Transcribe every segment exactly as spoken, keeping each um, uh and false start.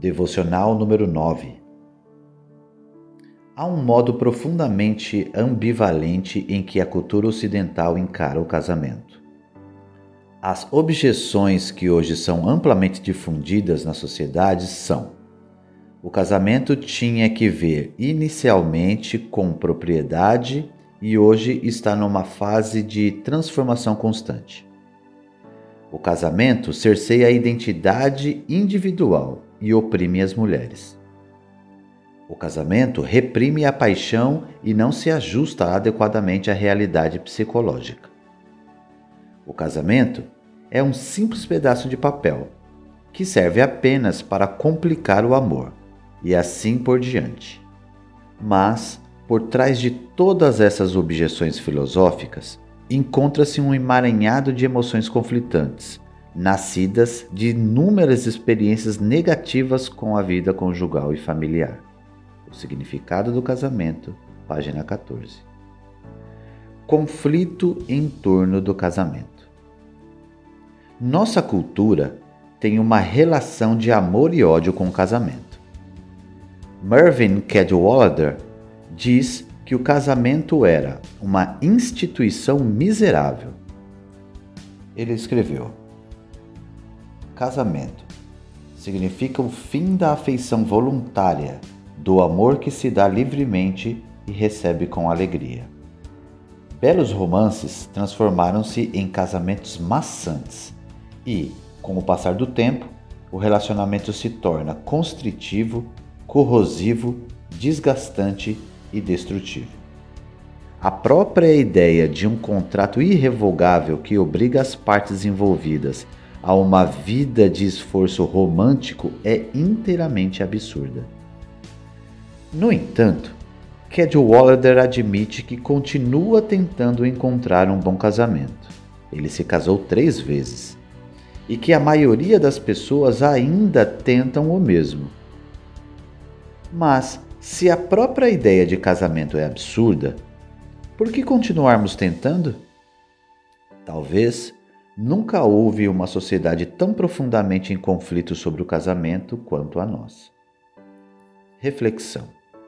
Devocional número nove. Há um modo profundamente ambivalente em que a cultura ocidental encara o casamento. As objeções que hoje são amplamente difundidas na sociedade são: o casamento tinha que ver inicialmente com propriedade e hoje está numa fase de transformação constante. O casamento cerceia a identidade individual e oprime as mulheres. O casamento reprime a paixão e não se ajusta adequadamente à realidade psicológica. O casamento é um simples pedaço de papel que serve apenas para complicar o amor, e assim por diante. Mas, por trás de todas essas objeções filosóficas, encontra-se um emaranhado de emoções conflitantes, nascidas de inúmeras experiências negativas com a vida conjugal e familiar. O significado do casamento, página quatorze. Conflito em torno do casamento. Nossa cultura tem uma relação de amor e ódio com o casamento. Mervyn Cadwallader diz que o casamento era uma instituição miserável. Ele escreveu: casamento significa o fim da afeição voluntária, do amor que se dá livremente e recebe com alegria. Belos romances transformaram-se em casamentos maçantes e, com o passar do tempo, o relacionamento se torna constritivo, corrosivo, desgastante e destrutivo. A própria ideia de um contrato irrevogável que obriga as partes envolvidas a uma vida de esforço romântico é inteiramente absurda. No entanto, Cadwallader admite que continua tentando encontrar um bom casamento. Ele se casou três vezes. E que a maioria das pessoas ainda tentam o mesmo. Mas, se a própria ideia de casamento é absurda, por que continuarmos tentando? Talvez nunca houve uma sociedade tão profundamente em conflito sobre o casamento quanto a nossa. Reflexão.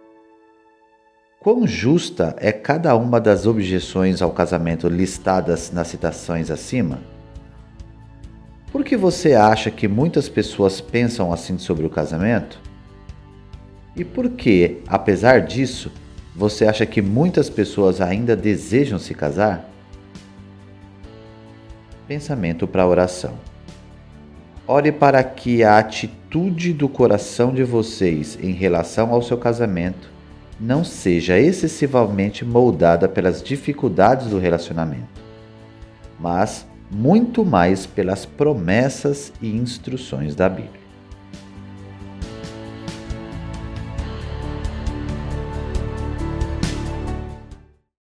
Quão justa é cada uma das objeções ao casamento listadas nas citações acima? Por que você acha que muitas pessoas pensam assim sobre o casamento? E por que, apesar disso, você acha que muitas pessoas ainda desejam se casar? Pensamento para a oração. Ore para que a atitude do coração de vocês em relação ao seu casamento não seja excessivamente moldada pelas dificuldades do relacionamento, mas muito mais pelas promessas e instruções da Bíblia.